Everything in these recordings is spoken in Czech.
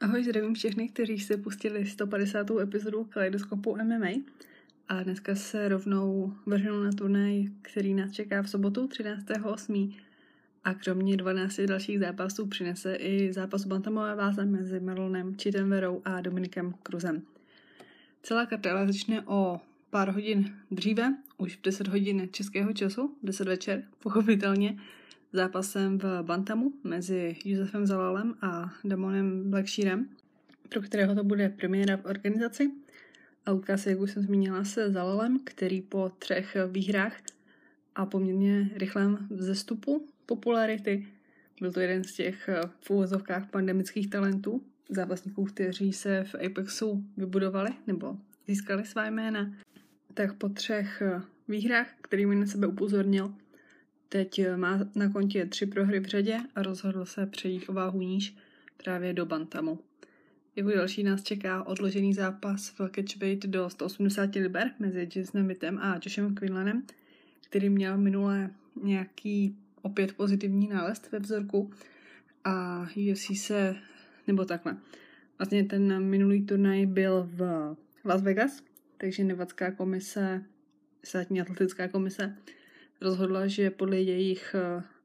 Ahoj, zdravím všechny, kteří se pustili 150. epizodu Kaleidoskopu MMA a dneska se rovnou vrhnu na turnaj, který nás čeká v sobotu 13.8. a kromě 12 dalších zápasů přinese i zápas bantamové váze mezi Marlonem Chittenverou a Dominikem Cruzem. Celá karta začne o pár hodin dříve, už v 10 hodin českého času, 10 večer, pochopitelně, zápasem v bantamu mezi Josefem Zalalem a Damonem Blackshearem, pro kterého to bude premiéra v organizaci. A utká se, jak už jsem zmínila, se Zalalem, který po 3 výhrách a poměrně rychlém vzestupu popularity byl to jeden z těch v úvozovkách pandemických talentů, zápasníků, kteří se v Apexu vybudovali nebo získali svá jména. Tak po 3 výhrách, kterými na sebe upozornil, teď má na kontě 3 prohry v řadě a rozhodl se přejít o váhu níž právě do bantamu. Jako další nás čeká odložený zápas v catchweight do 180 liber mezi Jasonem Wittem a Joshem Quinlanem, který měl minulé nějaký opět pozitivní nález ve vzorku a UFC se, nebo takhle. Vlastně ten minulý turnaj byl v Las Vegas, takže nevadská komise, státní atletická komise, rozhodla, že podle jejich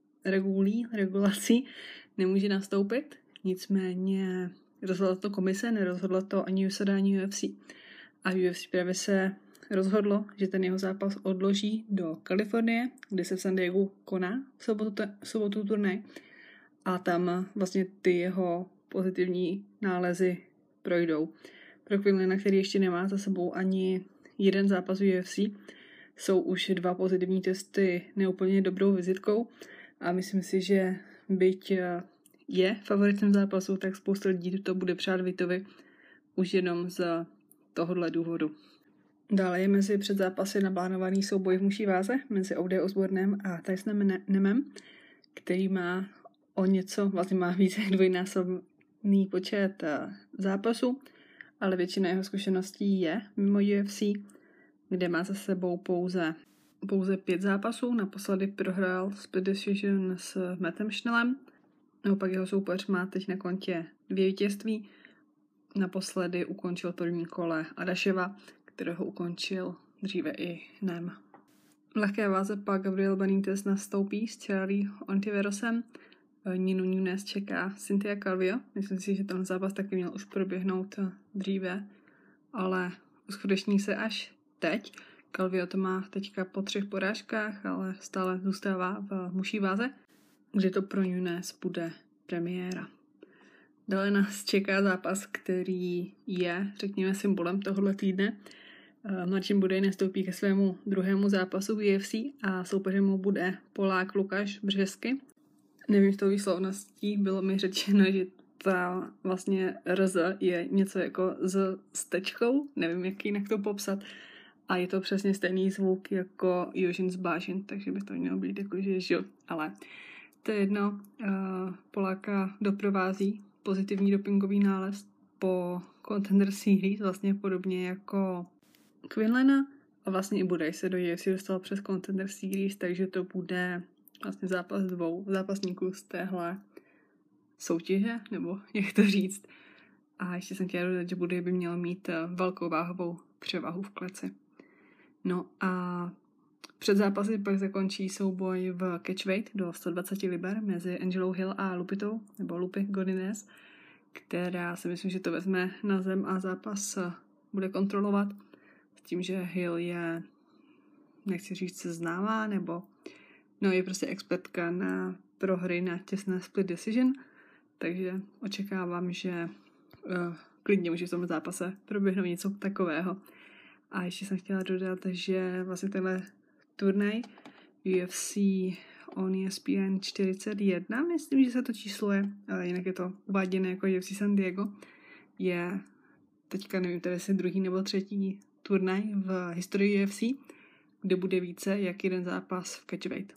regulací nemůže nastoupit. Nicméně rozhodla to komise, nerozhodla to ani USADA, ani UFC. A UFC právě se rozhodlo, že ten jeho zápas odloží do Kalifornie, kde se v San Diegu koná v sobotu turnaj. A tam vlastně ty jeho pozitivní nálezy projdou. Pro Quinlana, který ještě nemá za sebou ani jeden zápas v UFC, jsou už 2 pozitivní testy neúplně dobrou vizitkou a myslím si, že byť je favoritem zápasu, tak spousta lidí to bude přát Wittovi už jenom z tohohle důvodu. Dále je mezi předzápasy naplánovaný souboj v muší váze mezi Ode Osbornem a Tysonem Nemem, který má vlastně má více jak dvojnásobný počet zápasů, ale většina jeho zkušeností je mimo UFC, kde má za sebou pouze 5 zápasů. Naposledy prohrál split decision s Mattem Schnellem. Naopak jeho soupeř má teď na kontě 2 vítězství. Naposledy ukončil první kole Adaševa, kterého ukončil dříve i Nem. V lehké váze pak Gabriel Benitez nastoupí s Charlie Ontiverosem. Ninu Nunes čeká Cynthia Calvillo. Myslím si, že ten zápas taky měl už proběhnout dříve, ale uskuteční se až teď. Calvillo to má teďka po 3 porážkách, ale stále zůstává v muší váze, kde to pro Nunes bude premiéra. Dále nás čeká zápas, který je, řekněme, symbolem tohohle týdne. Marcin Budej nastoupí ke svému druhému zápasu v UFC a soupeřem mu bude Polák Lukáš Březky. Nevím s tou výslovností, bylo mi řečeno, že ta vlastně RZ je něco jako s tečkou, nevím, jak jinak to popsat. A je to přesně stejný zvuk jako Jožin z Bážin, takže by to mělo být jako že ale to je jedno. Poláka doprovází pozitivní dopingový nález po Contender Series, vlastně podobně jako Quinlana a vlastně i Budaj se do UFC dostal přes Contender Series, takže to bude vlastně zápas 2 zápasníků z téhle soutěže, nebo jak to říct. A ještě jsem chtěla dodat, že Budaj by měl mít velkou váhovou převahu v kleci. No a před zápasy pak zakončí souboj v catchweight do 120 liber mezi Angelou Hill a Lupitou, nebo Lupi Godinez, která si myslím, že to vezme na zem a zápas bude kontrolovat. S tím, že Hill je, nechci říct, se známá, nebo je prostě expertka na prohry na těsné split decision, takže očekávám, že klidně může v tom zápase proběhnout něco takového. A ještě jsem chtěla dodat, že vlastně tenhle turnaj UFC on ESPN 41, myslím, že se to číslo je, ale jinak je to uváděné jako UFC San Diego, je teďka nevím, tedy jestli 2. nebo 3. turnaj v historii UFC, kde bude více jak jeden zápas v catchweight.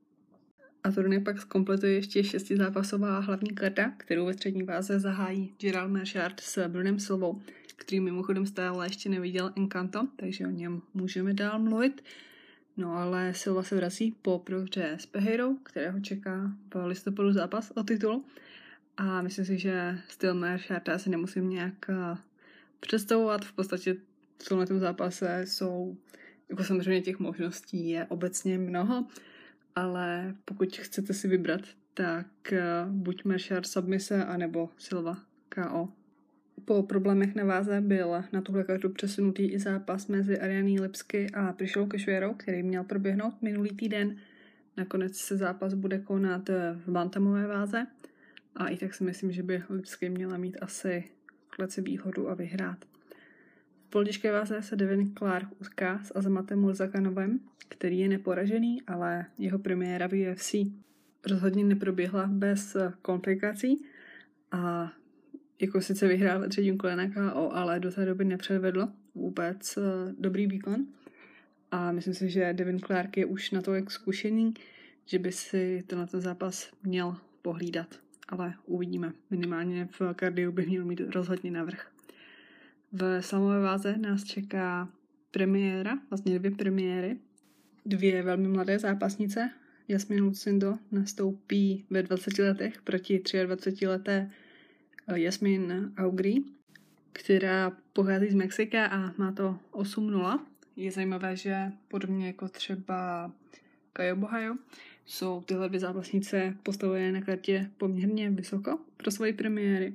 A turnaj pak zkompletuje ještě 6zápasová hlavní karta, kterou ve střední váze zahájí Gerald Meerschaert s Brunem Silvou, který mimochodem stále ještě neviděl Encanto, takže o něm můžeme dál mluvit. No ale Silva se vrací po prohře s Pereirou, kterého čeká v listopadu zápas o titul. a myslím si, že styl Meerschaerta si nemusím nějak představovat. V podstatě v tomto zápase jsou, jako samozřejmě těch možností je obecně mnoho, ale pokud chcete si vybrat, tak buď Meerschaert submise, anebo Silva KO. Po problémech na váze byl na tuhle kartu přesunutý i zápas mezi Arianí Lipsky a Prišou Kešuerou, který měl proběhnout minulý týden. Nakonec se zápas bude konat v bantamové váze a i tak si myslím, že by Lipsky měla mít asi kleci výhodu a vyhrát. V polotěžké váze se Devin Clark utká s Azamatem Murzakanovem, který je neporažený, ale jeho premiéra v UFC rozhodně neproběhla bez komplikací a jako sice vyhrál ve třetím kole na KO, ale do té doby nepředvedl vůbec dobrý výkon. A myslím si, že Devin Clark je už natolik zkušený, že by si tenhle zápas měl pohlídat. Ale uvidíme. Minimálně v kardiu by měl mít rozhodně navrch. V slamové váze nás čeká premiéra, vlastně 2 premiéry. 2 velmi mladé zápasnice. Jasmin Lucindo nastoupí ve 20 letech proti 23leté Jasmin Augree, která pochází z Mexika a má to 8-0. Je zajímavé, že podobně jako třeba Caio Borralho jsou tyhle 2 zápasnice postavené na kartě poměrně vysoko pro svoji premiéry.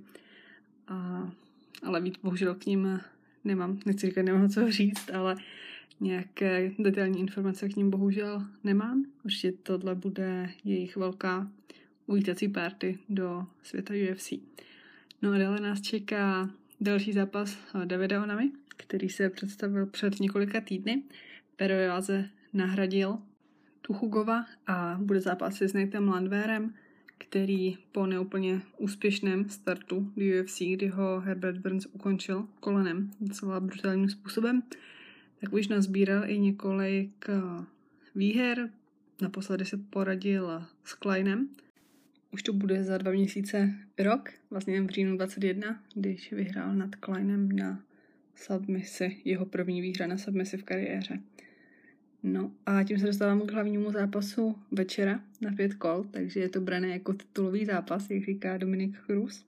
Ale víc bohužel k ním nemám, nechci říkat, nemám co říct, ale nějaké detailní informace k ním bohužel nemám. Určitě tohle bude jejich velká uvítací party do světa UFC. No a dále nás čeká další zápas Davida Onamy, který se představil před několika týdny. V pérové váze nahradil Tuchugova a bude zápasit s Natem Landwehrem, který po neúplně úspěšném startu do UFC, kdy ho Herbert Burns ukončil kolenem docela brutálním způsobem, tak už nazbíral i několik výher. Naposledy se poradil s Kleinem. Už to bude za 2 měsíce rok, vlastně v říjnu 2021, když vyhrál nad Kleinem na submisi, jeho první výhra na submisi v kariéře. No a tím se dostávám k hlavnímu zápasu večera na 5 kol, takže je to brané jako titulový zápas, jak říká Dominick Cruz.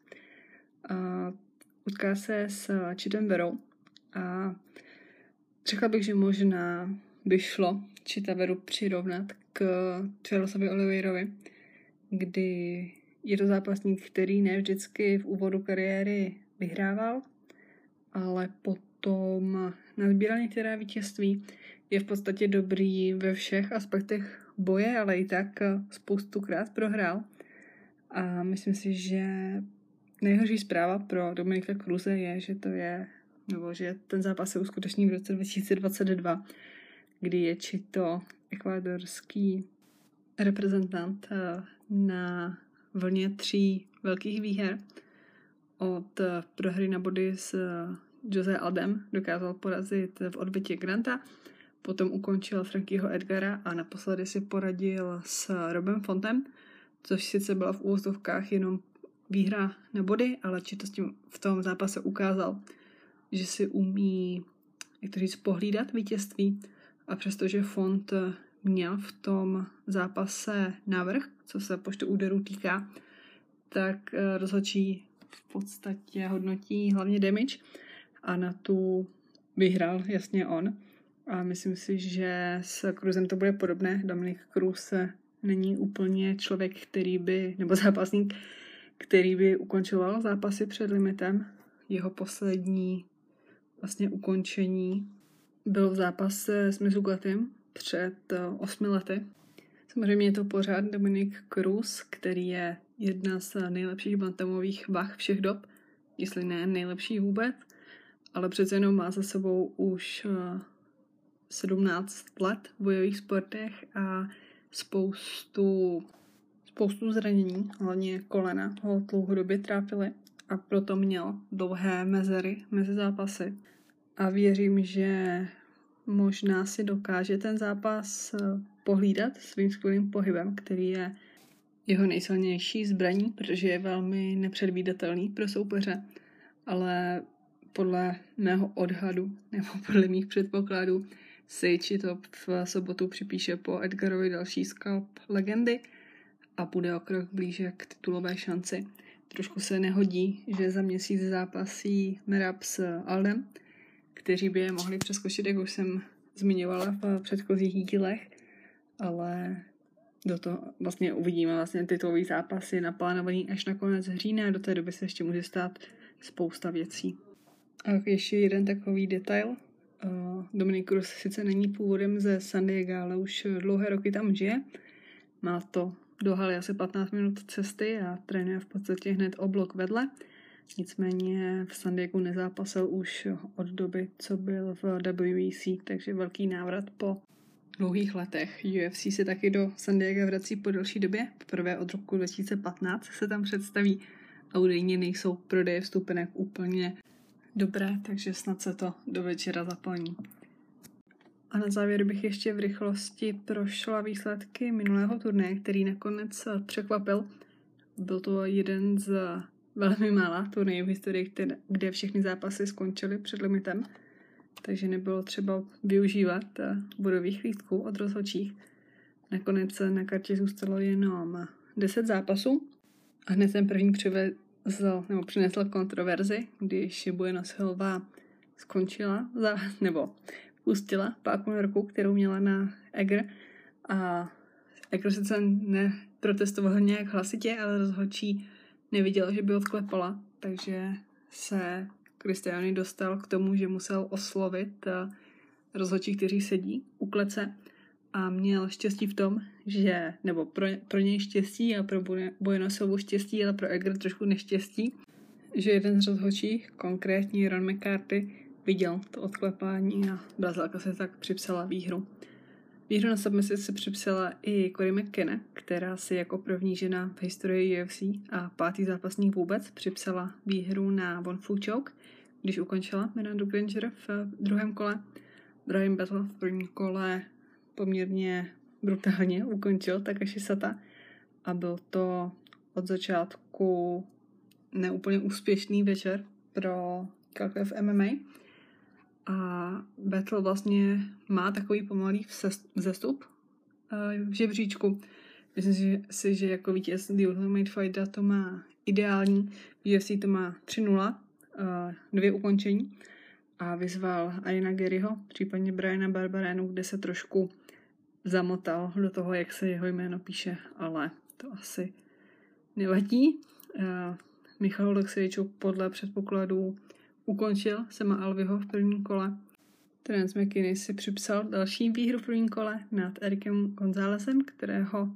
Utká se s Chitem Verou a řekla bych, že možná by šlo Chita Veru přirovnat k Charlesovi Oliveirovi, kdy je to zápasník, který ne vždycky v úvodu kariéry vyhrával, ale potom nazbíral některá vítězství. Je v podstatě dobrý ve všech aspektech boje, ale i tak spoustukrát prohrál. A myslím si, že nejhorší zpráva pro Dominika Cruze je, že ten zápas se uskuteční v roce 2022, kdy je Chito ekvádorský reprezentant na vlně 3 velkých výher. Od prohry na body s Jose Aldem dokázal porazit v odbytě Granta, potom ukončil Frankieho Edgara a naposledy si poradil s Robem Fontem, což sice byla v úvozovkách jenom výhra na body, ale Chito s tím v tom zápase ukázal, že si umí, jak to říct, pohlídat vítězství a přestože Font měl v tom zápase navrch, co se počtu úderů týká, tak rozhodčí v podstatě hodnotí hlavně damage a na tu vyhrál jasně on. A myslím si, že s Cruzem to bude podobné. Dominick Cruz není úplně člověk, nebo zápasník, který by ukončoval zápasy před limitem. Jeho poslední vlastně ukončení byl v zápase s Mizugatim před 8 lety. Samozřejmě je to pořád Dominick Cruz, který je jedna z nejlepších bantamových vah všech dob, jestli ne nejlepší vůbec, ale přece jenom má za sebou už 17 let v bojových sportech a spoustu zranění, hlavně kolena ho dlouhodobě trápily a proto měl dlouhé mezery mezi zápasy. A věřím, že možná si dokáže ten zápas pohlídat svým skvělým pohybem, který je jeho nejsilnější zbraní, protože je velmi nepředvídatelný pro soupeře, ale podle mého odhadu nebo podle mých předpokladů si Chito v sobotu připíše po Edgarovi další skalp legendy a bude o krok blíže k titulové šanci. trošku se nehodí, že za měsíc zápasí Merab s Aldem, kteří by je mohli přeskočit, jak už jsem zmiňovala v předchozích dílech, ale do toho vlastně uvidíme vlastně titulový zápasy naplánovaný až na konec října, do té doby se ještě může stát spousta věcí. A ještě jeden takový detail. Dominic Cruz sice není původem ze San Diego, ale už dlouhé roky tam žije. Má to do haly asi 15 minut cesty a trénuje v podstatě hned o blok vedle. Nicméně v San Diegu nezápasil už od doby, co byl v WEC, takže velký návrat po dlouhých letech. UFC se taky do San Diego vrací po delší době. Poprvé od roku 2015 se tam představí a údajně nejsou prodeje vstupenek úplně dobré, takže snad se to do večera zaplní. A na závěr bych ještě v rychlosti prošla výsledky minulého turnaje, který nakonec překvapil. Byl to jeden z velmi mála turnajů v historii, kde všechny zápasy skončily před limitem, takže nebylo třeba využívat bodových lístků od rozhodčích. Nakonec na kartě zůstalo jenom 10 zápasů a hned ten první přinesl kontroverzi, když Bueno Silva pustila páku na ruku, kterou měla na Egger, a Egger sice neprotestoval nějak hlasitě, ale rozhodčí neviděl, že by odklepala, takže se Cristiano dostal k tomu, že musel oslovit rozhodčí, kteří sedí u klece, a měl štěstí v tom, že, nebo pro něj štěstí a pro Bueno Silvu štěstí, ale pro Egger trošku neštěstí, že jeden z rozhodčích, konkrétně Ron McCarthy, viděl to odklepání a Brazilka se tak připsala výhru. Výhru na submisi se připsala i Cory McKenna, která si jako první žena v historii UFC a 5. zápasník vůbec připsala výhru na One Foot Choke, když ukončila Mirandu Granger v druhém kole. Bryan Battle v prvním kole poměrně brutálně ukončil Takashi Sata a byl to od začátku neúplně úspěšný večer pro KKF MMA. A Battle vlastně má takový pomalý vzestup v žebříčku. Myslím si, že jako vítěz The Ultimate Fighter to má ideální. V UFC to má 3-0, 2 ukončení, a vyzval Iana Garyho, případně Briana Barberenu, kde se trošku zamotal do toho, jak se jeho jméno píše, ale to asi nevadí. Michal Oleksijčuk podle předpokladů ukončil Sema Alviho v prvním kole. Terence McKinney si připsal další výhru v prvním kole nad Erikem Gonzálezem, kterého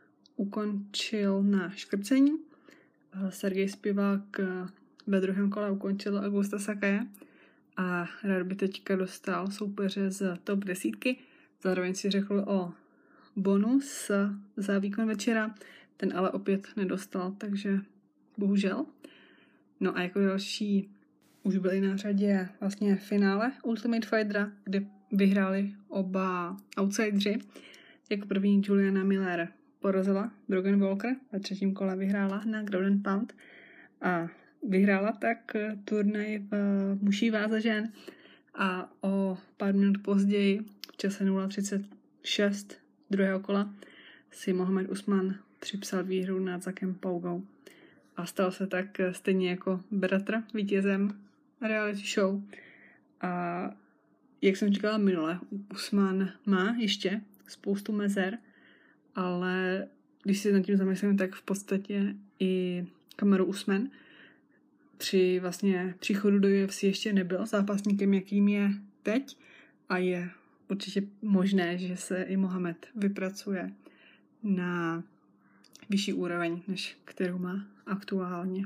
ukončil na škrcení. Sergej Spivák ve druhém kole ukončil Augusta Sakaje a rád by teďka dostal soupeře z top 10. Zároveň si řekl o bonus za výkon večera, ten ale opět nedostal, takže bohužel. No a jako další už byly na řadě vlastně finále Ultimate Fightera, kde vyhráli oba outsideri. Jako první Juliana Miller porazila Brogan Walker, ve třetím kole vyhrála na Ground and Pound a vyhrála tak turnaj v mužší váze žen, a o pár minut později v čase 0:36 druhého kola si Mohamed Usman připsal výhru nad Zakem Paugou a stal se tak stejně jako bratr vítězem reality show. A jak jsem říkala minule, Usman má ještě spoustu mezer, ale když si nad tím zamyslím, tak v podstatě i Kamaru Usman při vlastně příchodu do UFC ještě nebyl zápasníkem, jakým je teď, a je určitě možné, že se i Mohamed vypracuje na vyšší úroveň, než kterou má aktuálně.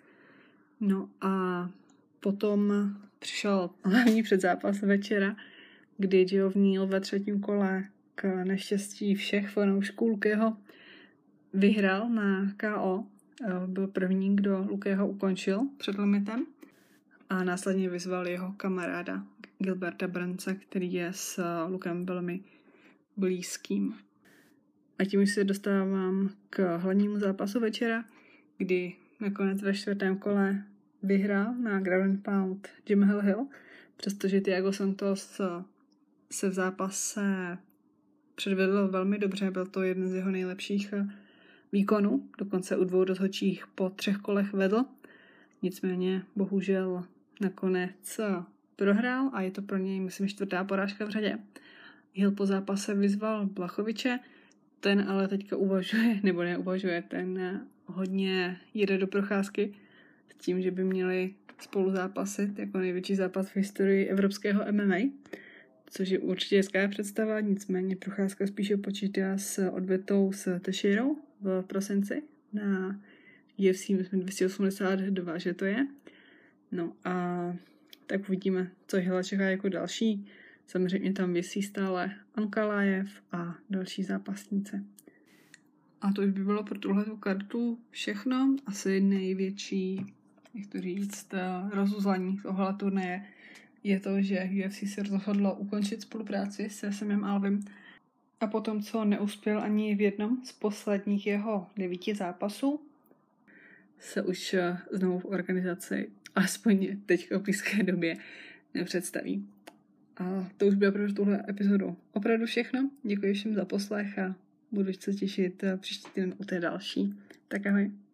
No a potom přišel hlavní předzápas večera, kdy Geoff Neal ve třetím kole k neštěstí všech fanoušků Lukeho vyhrál na KO. Byl první, kdo Lukeho ukončil před limitem, a následně vyzval jeho kamaráda Gilberta Brance, který je s Lukem velmi blízkým. A tím se dostávám k hlavnímu zápasu večera, kdy nakonec ve čtvrtém kole vyhrál na Ground and Pound Jamahal Hill, přestože Thiago Santos se v zápase předvedl velmi dobře, byl to jeden z jeho nejlepších výkonu, dokonce u 2 rozhodčích po 3 kolech vedl. Nicméně bohužel nakonec prohrál a je to pro něj, myslím, 4. porážka v řadě. Hill po zápase vyzval Blachowicze, ten ale teďka uvažuje, nebo neuvažuje, ten hodně jede do procházky s tím, že by měli spolu zápasit jako největší zápas v historii evropského MMA, což je určitě hezká představa, nicméně Procházka spíše počítá s odvetou s Teixeirou v prosinci na UFC, myslím 282, že to je. No a tak uvidíme, co Hilla čeká jako další. Samozřejmě tam visí stále Ankalaev a další zápasnice. A to už by bylo pro tuhletu kartu všechno. Asi největší, jak to říct, rozuzlení tohle turnaje je to, že UFC se rozhodlo ukončit spolupráci se Samem Alvim a potom, co neuspěl ani v jednom z posledních jeho 9 zápasů, se už znovu v organizaci, alespoň teďka v blízké době, nepředstaví. A to už bylo pro tuhle epizodu opravdu všechno. Děkuji všem za poslech a budu se těšit příští týden u té další. Tak ahoj.